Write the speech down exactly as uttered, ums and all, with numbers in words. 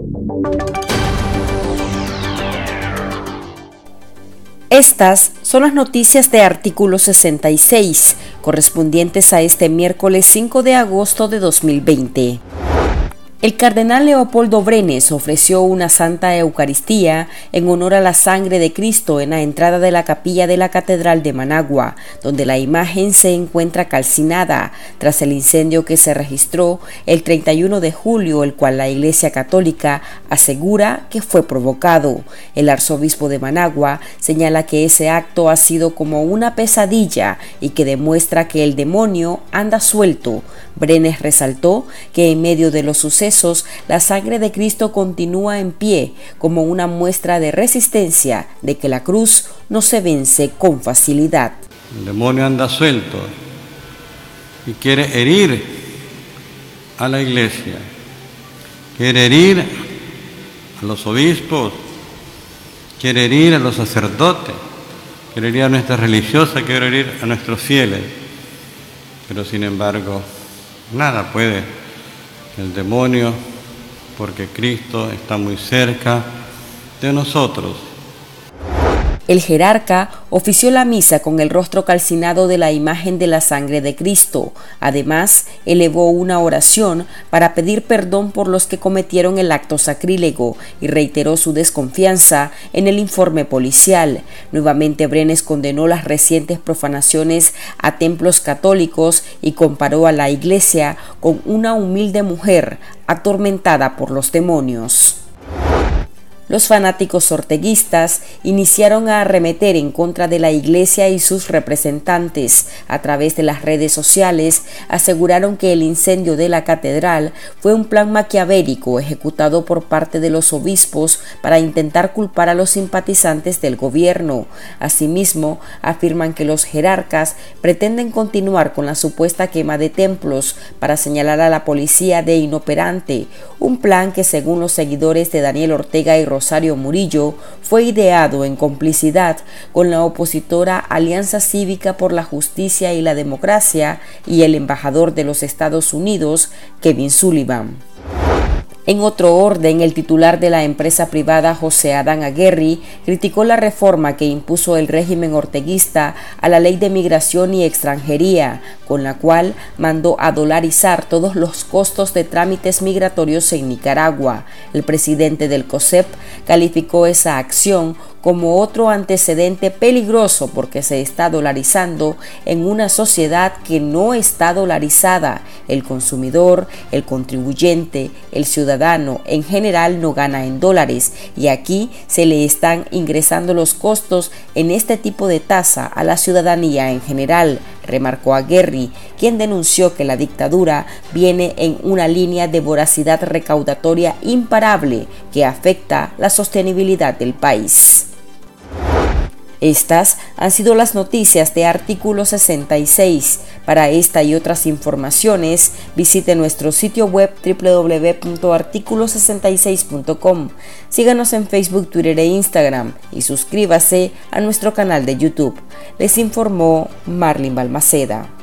Estas son las noticias de Artículo sesenta y seis, correspondientes a este miércoles cinco de agosto de dos mil veinte. El cardenal Leopoldo Brenes ofreció una Santa Eucaristía en honor a la sangre de Cristo en la entrada de la capilla de la Catedral de Managua, donde la imagen se encuentra calcinada tras el incendio que se registró el treinta y uno de julio, el cual la Iglesia Católica asegura que fue provocado. El arzobispo de Managua señala que ese acto ha sido como una pesadilla y que demuestra que el demonio anda suelto. Brenes resaltó que en medio de los sucesos, la sangre de Cristo continúa en pie como una muestra de resistencia, de que la cruz no se vence con facilidad. El demonio anda suelto y quiere herir a la iglesia, quiere herir a los obispos, quiere herir a los sacerdotes, quiere herir a nuestras religiosas, quiere herir a nuestros fieles, pero sin embargo nada puede el demonio, porque Cristo está muy cerca de nosotros. El jerarca ofició la misa con el rostro calcinado de la imagen de la sangre de Cristo. Además, elevó una oración para pedir perdón por los que cometieron el acto sacrílego y reiteró su desconfianza en el informe policial. Nuevamente, Brenes condenó las recientes profanaciones a templos católicos y comparó a la Iglesia con una humilde mujer atormentada por los demonios. Los fanáticos orteguistas iniciaron a arremeter en contra de la Iglesia y sus representantes. A través de las redes sociales aseguraron que el incendio de la catedral fue un plan maquiavélico ejecutado por parte de los obispos para intentar culpar a los simpatizantes del gobierno. Asimismo, afirman que los jerarcas pretenden continuar con la supuesta quema de templos para señalar a la policía de inoperante, un plan que, según los seguidores de Daniel Ortega y Rosario Murillo, fue ideado en complicidad con la opositora Alianza Cívica por la Justicia y la Democracia y el embajador de los Estados Unidos, Kevin Sullivan. En otro orden, el titular de la empresa privada, José Adán Aguerri, criticó la reforma que impuso el régimen orteguista a la Ley de Migración y Extranjería, con la cual mandó a dolarizar todos los costos de trámites migratorios en Nicaragua. El presidente del COSEP calificó esa acción como otro antecedente peligroso porque se está dolarizando en una sociedad que no está dolarizada. El consumidor, el contribuyente, el ciudadano en general no gana en dólares y aquí se le están ingresando los costos en este tipo de tasa a la ciudadanía en general, remarcó Aguerri, quien denunció que la dictadura viene en una línea de voracidad recaudatoria imparable que afecta la sostenibilidad del país. Estas han sido las noticias de Artículo sesenta y seis. Para esta y otras informaciones, visite nuestro sitio web doble u doble u doble u punto artículo sesenta y seis punto com. Síganos en Facebook, Twitter e Instagram y suscríbase a nuestro canal de YouTube. Les informó Marlin Balmaceda.